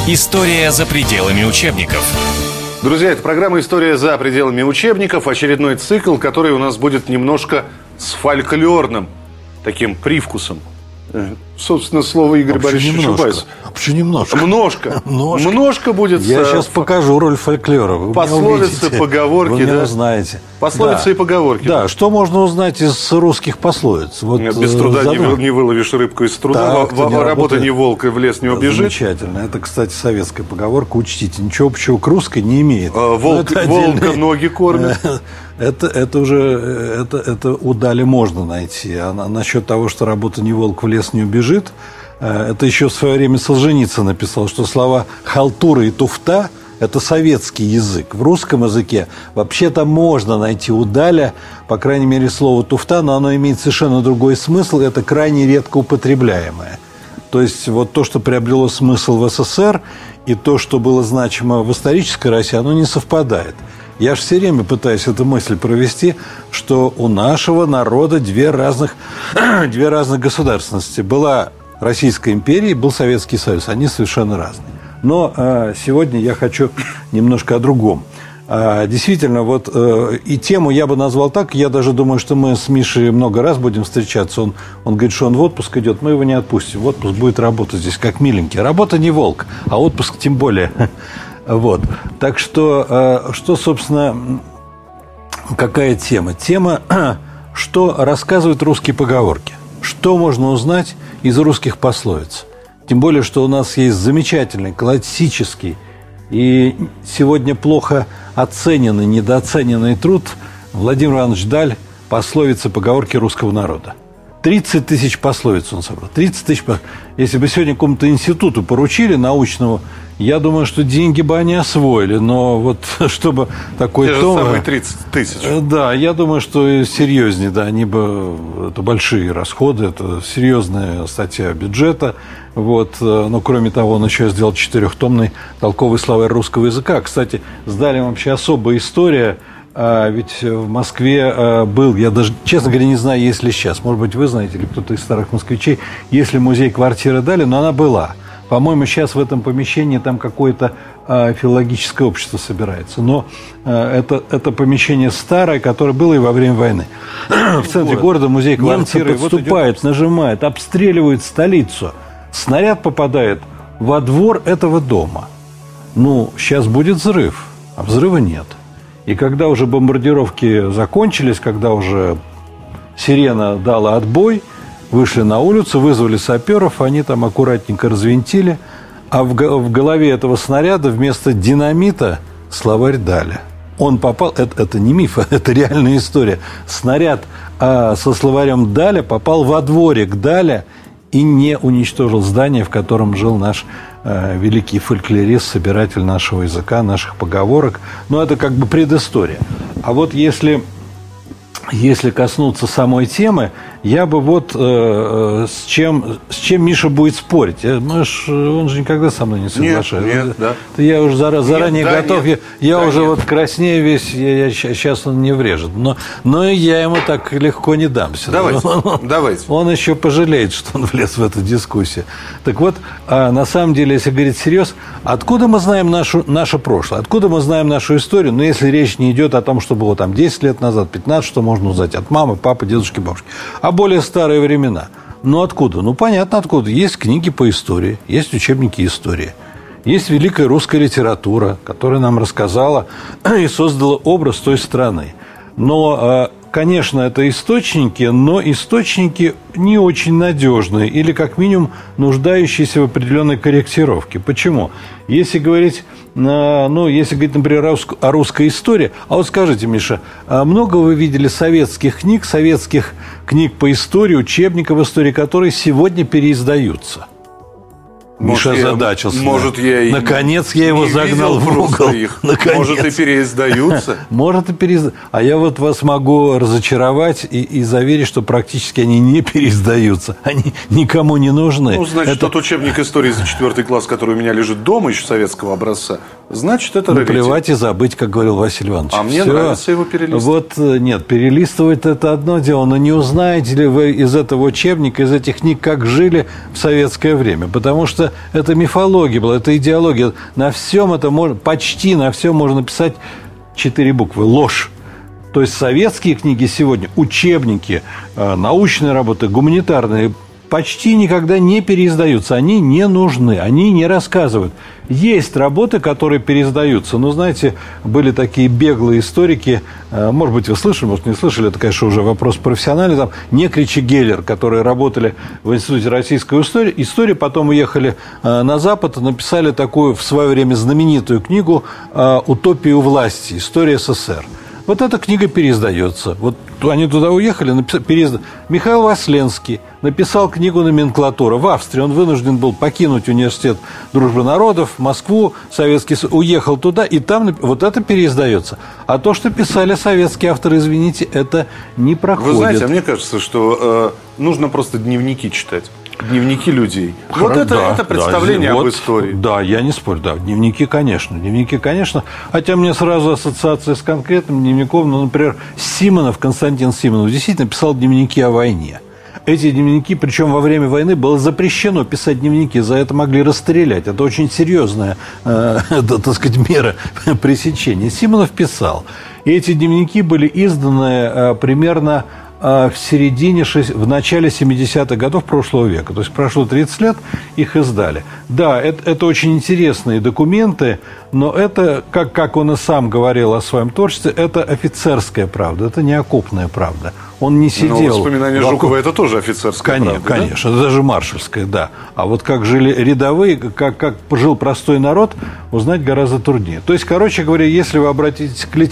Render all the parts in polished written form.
История за пределами учебников. Друзья, это программа «История за пределами учебников». Очередной цикл, который у нас будет немножко с фольклорным таким привкусом. Собственно, слово Игоря Борисовича Чубайса. Почему немножко? Множко будет. Я сейчас покажу роль фольклора. Пословицы, поговорки. Вы меня узнаете. Пословицы и поговорки. Да, что можно узнать из русских пословиц? Вот, без труда не выловишь рыбку из труда. Работа не волк, и в лес не убежит. Замечательно. Это, кстати, советская поговорка. Учтите, ничего общего к русской не имеет. Волка ноги кормит. Это уже удали можно найти. А насчет того, что работа не волк, в лес не убежит, это еще в свое время Солженицын написал, что слова «халтура» и «туфта» – это советский язык. В русском языке вообще-то можно найти удаля, по крайней мере, слово «туфта», но оно имеет совершенно другой смысл, это крайне редко употребляемое. То есть вот то, что приобрело смысл в СССР, и то, что было значимо в исторической России, оно не совпадает. Я же все время пытаюсь эту мысль провести, что у нашего народа две разных государственности. Была Российская империя и был Советский Союз. Они совершенно разные. Но сегодня я хочу немножко о другом. Действительно, вот и тему я бы назвал так. Я даже думаю, что мы с Мишей много раз будем встречаться. Он говорит, что он в отпуск идет. Мы его не отпустим. В отпуск будет работать здесь как миленький. Работа не волк, а отпуск тем более. Вот. Так что, собственно, какая тема? Тема, что рассказывают русские поговорки. Что можно узнать из русских пословиц? Тем более, что у нас есть замечательный, классический и сегодня плохо оцененный, недооцененный труд Владимир Иванович Даль «Пословицы, поговорки русского народа». 30 тысяч пословиц он собрал. 30 тысяч. Если бы сегодня какому-то институту поручили научному, я думаю, что деньги бы они освоили. Но вот чтобы такой те том... же самые 30 тысяч. Да, я думаю, что серьезнее. Да, они бы... Это большие расходы, это серьезная статья бюджета. Вот. Но, кроме того, он еще сделал 4-томный толковый словарь русского языка. Кстати, с Далем вообще особая история. Ведь в Москве был, я даже, честно говоря, не знаю, есть ли сейчас, может быть, вы знаете, или кто-то из старых москвичей, есть ли музей-квартира Дали, но она была. По-моему, сейчас в этом помещении там какое-то филологическое общество собирается. Но это помещение старое, которое было и во время войны. В центре города музей-квартира. Немцы подступают, нажимают, обстреливают столицу. Снаряд попадает во двор этого дома. Ну, сейчас будет взрыв, а взрыва нет. И когда уже бомбардировки закончились, когда уже сирена дала отбой, вышли на улицу, вызвали саперов, они там аккуратненько развинтили, а в голове этого снаряда вместо динамита словарь Даля. Он попал, это не миф, это реальная история. Снаряд со словарем Даля попал во дворик Даля и не уничтожил здание, в котором жил наш великий фольклорист, собиратель нашего языка, наших поговорок. Но это как бы предыстория. А вот если коснуться самой темы, я бы вот с чем Миша будет спорить. Он же никогда со мной не соглашается. Нет, да. Я уже заранее готов. Я уже вот краснею весь. Сейчас он не врежет. Но я ему так легко не дамся. Давайте. Он еще пожалеет, что он влез в эту дискуссию. Так вот, на самом деле, если говорить всерьез, откуда мы знаем наше прошлое? Откуда мы знаем нашу историю? Но если речь не идет о том, что было там 10 лет назад, 15, что можно узнать от мамы, папы, дедушки, бабушки. А более старые времена. Ну, откуда? Ну, понятно, откуда. Есть книги по истории, есть учебники истории. Есть великая русская литература, которая нам рассказала и создала образ той страны. Но, конечно, это источники, но источники не очень надежные или, как минимум, нуждающиеся в определенной корректировке. Почему? Если говорить, например, о русской истории, а вот скажите, Миша, много вы видели советских книг по истории, учебников истории, которые сегодня переиздаются? Миша озадачился. Наконец я его загнал в угол. Может, и переиздаются. Может, и переиздаются. А я вот вас могу разочаровать и заверить, что практически они не переиздаются. Они никому не нужны. Ну, значит, тот учебник истории за 4 класс, который у меня лежит дома, еще советского образца, значит, это раритет. Наплевать и забыть, как говорил Василий Иванович. А мне нравится его перелистывать. Вот, нет, перелистывать – это одно дело, но не узнаете ли вы из этого учебника, из этих книг, как жили в советское время. Потому что это мифология была, это идеология. На всем это можно, почти на всем можно написать 4 буквы – ложь. То есть советские книги сегодня, учебники, научные работы, гуманитарные, почти никогда не переиздаются. Они не нужны, они не рассказывают. Есть работы, которые переиздаются. Но, знаете, были такие беглые историки, может быть, вы слышали, может, не слышали, это, конечно, уже вопрос профессиональный, там, Некрич и Геллер, которые работали в Институте российской истории, потом уехали на Запад и написали такую в свое время знаменитую книгу «Утопию власти. История СССР». Вот эта книга переиздается. Вот они туда уехали, Михаил Васленский написал книгу «Номенклатура». В Австрии он вынужден был покинуть университет Дружбы народов, Москву, Советский Союз, уехал туда, и там вот это переиздается. А то, что писали советские авторы, извините, это не проходит. Вы знаете, а мне кажется, что нужно просто дневники читать. Дневники людей. Вот это представление об истории. Да, я не спорю, да. Дневники, конечно. Хотя мне сразу ассоциация с конкретным дневником, например, Константин Симонов действительно писал дневники о войне. Эти дневники, причем во время войны было запрещено писать дневники, за это могли расстрелять. Это очень серьезная, так сказать, мера пресечения. Симонов писал. И эти дневники были изданы примерно в начале 70-х годов прошлого века. То есть прошло 30 лет, их издали. Да, это очень интересные документы, но это, как он и сам говорил о своем творчестве, это офицерская правда, это не окопная правда. Он не сидел... Но воспоминания Жукова – это тоже офицерская правда, конечно, да? Даже маршальская, да. А вот как жили рядовые, как жил простой народ, узнать гораздо труднее. То есть, короче говоря, если вы обратитесь к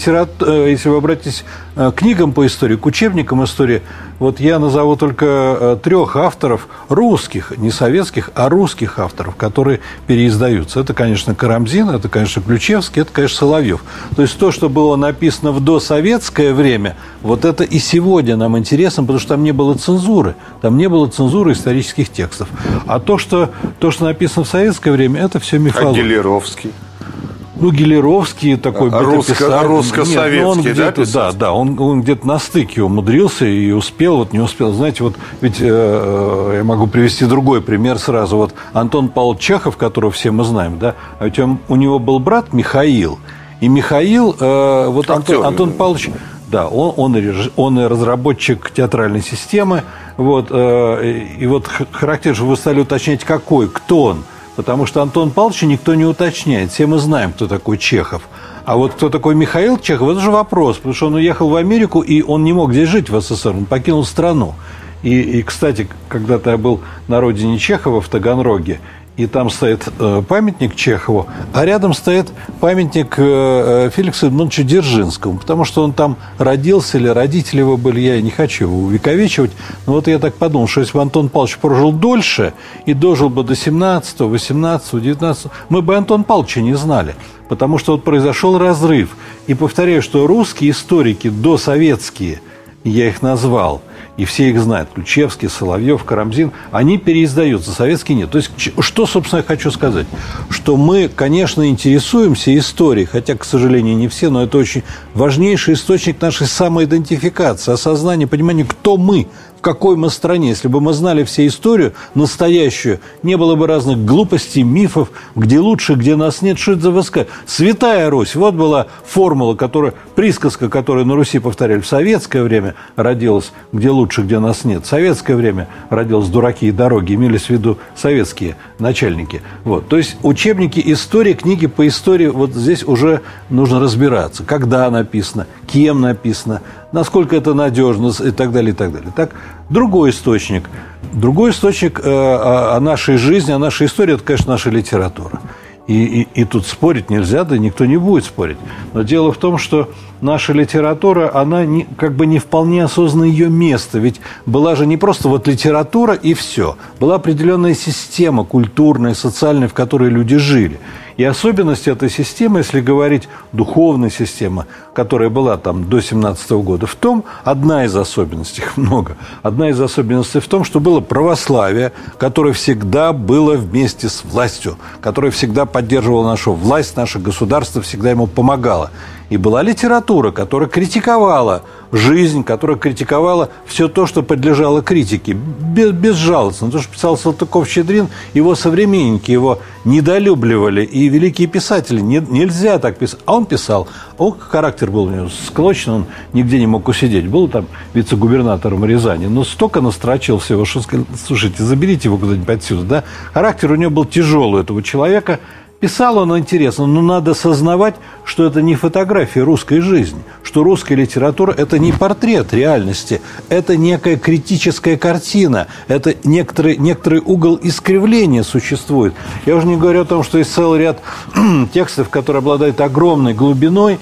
книгам по истории, к учебникам истории, вот я назову только 3 авторов русских, не советских, а русских авторов, которые переиздаются. Это, конечно, Карамзин, это, конечно, Ключевский, это, конечно, Соловьев. То есть то, что было написано в досоветское время, вот это и сегодня нам интересно, потому что там не было цензуры. Там не было цензуры исторических текстов. А то, что написано в советское время, это все мифология. А Гелеровский? Гелеровский такой русско-советский, да? Да, он где-то на стыке умудрился и успел, вот не успел. Знаете, вот ведь я могу привести другой пример сразу. Вот Антон Павлович Чехов, которого все мы знаем, да, а ведь у него был брат Михаил. И Михаил, вот Антон Павлович... Да, он и разработчик театральной системы. Вот, и вот характерно, что вы стали уточнять, кто он. Потому что Антон Павловича никто не уточняет. Все мы знаем, кто такой Чехов. А вот кто такой Михаил Чехов, это же вопрос. Потому что он уехал в Америку, и он не мог здесь жить, в СССР. Он покинул страну. И кстати, когда-то я был на родине Чехова в Таганроге, и там стоит памятник Чехову, а рядом стоит памятник Феликсу Эдмундовичу Дзержинскому, потому что он там родился или родители его были, я не хочу его увековечивать, но вот я так подумал, что если бы Антон Павлович прожил дольше и дожил бы до 17-го, 18-го, 19-го, мы бы Антона Павловича не знали, потому что вот произошел разрыв. И повторяю, что русские историки досоветские, я их назвал, и все их знают, Ключевский, Соловьев, Карамзин, они переиздаются, советские нет. То есть, что, собственно, я хочу сказать? Что мы, конечно, интересуемся историей, хотя, к сожалению, не все, но это очень важнейший источник нашей самоидентификации, осознания, понимания, кто мы, в какой мы стране. Если бы мы знали всю историю настоящую, не было бы разных глупостей, мифов, где лучше, где нас нет. Что это за войска? Святая Русь. Вот была формула, присказка, которую на Руси повторяли в советское время, родилась, где лучше, где нас нет. В советское время родились дураки и дороги, имелись в виду советские начальники. Вот. То есть учебники истории, книги по истории, вот здесь уже нужно разбираться, когда написано, кем написано, насколько это надежно и так далее, и так далее. Так, другой источник о нашей жизни, о нашей истории, это, конечно, наша литература. И тут спорить нельзя, да никто не будет спорить. Но дело в том, что наша литература, она не вполне осознана ее место. Ведь была же не просто вот литература и все. Была определенная система культурная, социальная, в которой люди жили. И особенность этой системы, если говорить духовной системы, которая была там до 17 года, в том, одна из особенностей, их много, одна из особенностей в том, что было православие, которое всегда было вместе с властью, которое всегда поддерживало нашу власть, наше государство всегда ему помогало. И была литература, которая критиковала жизнь, которая критиковала все то, что подлежало критике, безжалостно. То, что писал Салтыков-Щедрин, его современники его недолюбливали, и великие писатели, нельзя так писать. А он писал, характер был у него склочный, он нигде не мог усидеть. Был там вице-губернатором Рязани, но столько настрочил всего, что сказал: слушайте, заберите его куда-нибудь отсюда. Да? Характер у него был тяжелый, у этого человека. Писал он интересно, но надо сознавать, что это не фотография русской жизни, что русская литература – это не портрет реальности, это некая критическая картина, это некоторый угол искривления существует. Я уже не говорю о том, что есть целый ряд текстов, которые обладают огромной глубиной,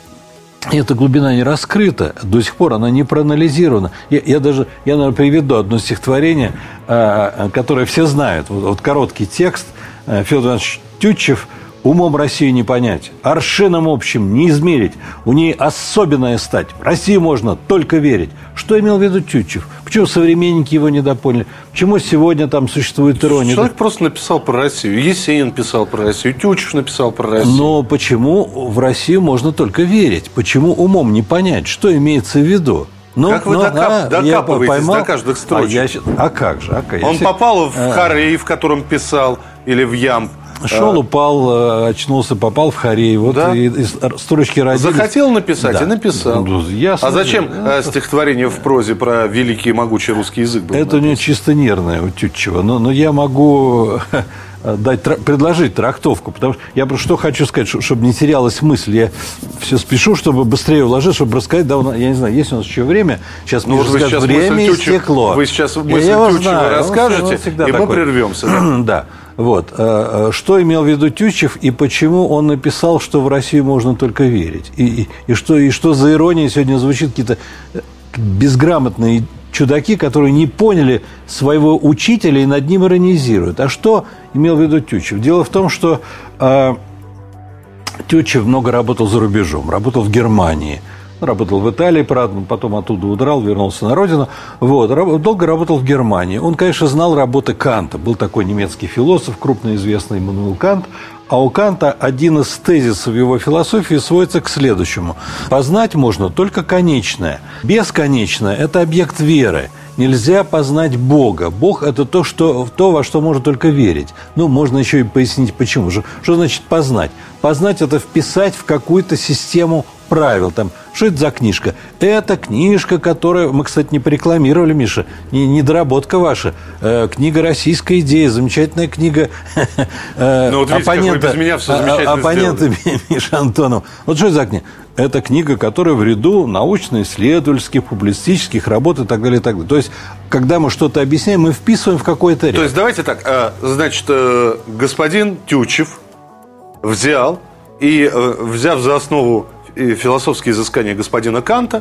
и эта глубина не раскрыта, до сих пор она не проанализирована. Я, наверное, приведу одно стихотворение, которое все знают. Вот короткий текст. Федор Иванович Тютчев: «Умом Россию не понять, аршином общим не измерить, у ней особенная стать, в Россию можно только верить». Что имел в виду Тютчев? Почему современники его недопоняли? Почему сегодня там существует ирония? Человек просто написал про Россию. Есенин писал про Россию, Тютчев написал про Россию. Но почему в Россию можно только верить? Почему умом не понять? Что имеется в виду? Как вы докапываетесь до каждых строчек? Как же? Он попал в Хорей, в котором писал, или в Ямб. Шел, упал, очнулся, попал в Хорей. Вот да? и строчки родились. Захотел написать, да. И написал. Ясно. А зачем стихотворение в прозе про великий и могучий русский язык было? Это у него чисто нервное у Тютчева. Но я могу предложить трактовку, потому что я просто что хочу сказать, чтобы не терялась мысль. Я все спешу, чтобы быстрее уложить, чтобы рассказать. Да, я не знаю, есть у нас еще время. Сейчас мне скажут, время истекло. Вы сейчас мысль Тютчева расскажете, и мы прервемся. Да. Вот. Что имел в виду Тютчев и почему он написал, что в Россию можно только верить? И что за ирония сегодня звучит, какие-то безграмотные чудаки, которые не поняли своего учителя и над ним иронизируют. А что имел в виду Тютчев? Дело в том, что Тютчев много работал за рубежом, работал в Германии. Работал в Италии, правда, потом оттуда удрал, вернулся на родину. Вот, долго работал в Германии. Он, конечно, знал работы Канта. Был такой немецкий философ, крупно известный Иммануил Кант. А у Канта один из тезисов его философии сводится к следующему. Познать можно только конечное. Бесконечное – это объект веры. Нельзя познать Бога. Бог – это то, во что можно только верить. Можно еще и пояснить, почему. Что значит познать? Познать – это вписать в какую-то систему правил. Что это за книжка? Это книжка, которую мы, кстати, не порекламировали, Миша. Недоработка ваша. Книга «Российская идея». Замечательная книга оппонента Миша Антонова. Вот что это за книга? Это книга, которая в ряду научно-исследовательских, публицистических работ и так далее, и так далее. То есть, когда мы что-то объясняем, мы вписываем в какой-то ряд. То есть, давайте так. Значит, господин Тютчев взял и, взяв за основу философские изыскания господина Канта,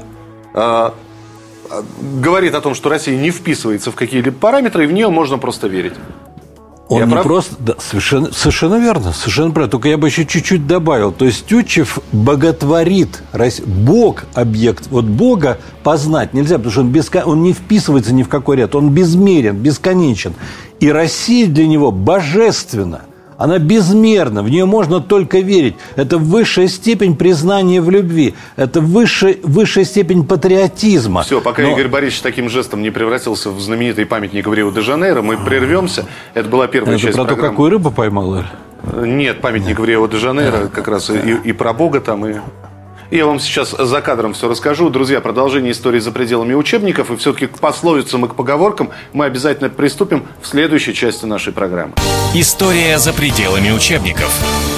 говорит о том, что Россия не вписывается в какие-либо параметры, и в нее можно просто верить. Он не просто... Да, совершенно верно, совершенно правильно. Только я бы еще чуть-чуть добавил. То есть Тютчев боготворит Россию. Бог – объект. Вот Бога познать нельзя, потому что он не вписывается ни в какой ряд. Он безмерен, бесконечен. И Россия для него божественна. Она безмерна, в нее можно только верить. Это высшая степень признания в любви. Это высшая степень патриотизма. Все, пока Игорь Борисович таким жестом не превратился в знаменитый памятник в Рио-де-Жанейро, мы прервемся. Это была первая часть программы. Это про то, какую рыбу поймал? Нет, памятник в Рио-де-Жанейро, как раз и про Бога там, и... Я вам сейчас за кадром все расскажу. Друзья, продолжение истории за пределами учебников. И все-таки к пословицам и к поговоркам мы обязательно приступим в следующей части нашей программы. История за пределами учебников.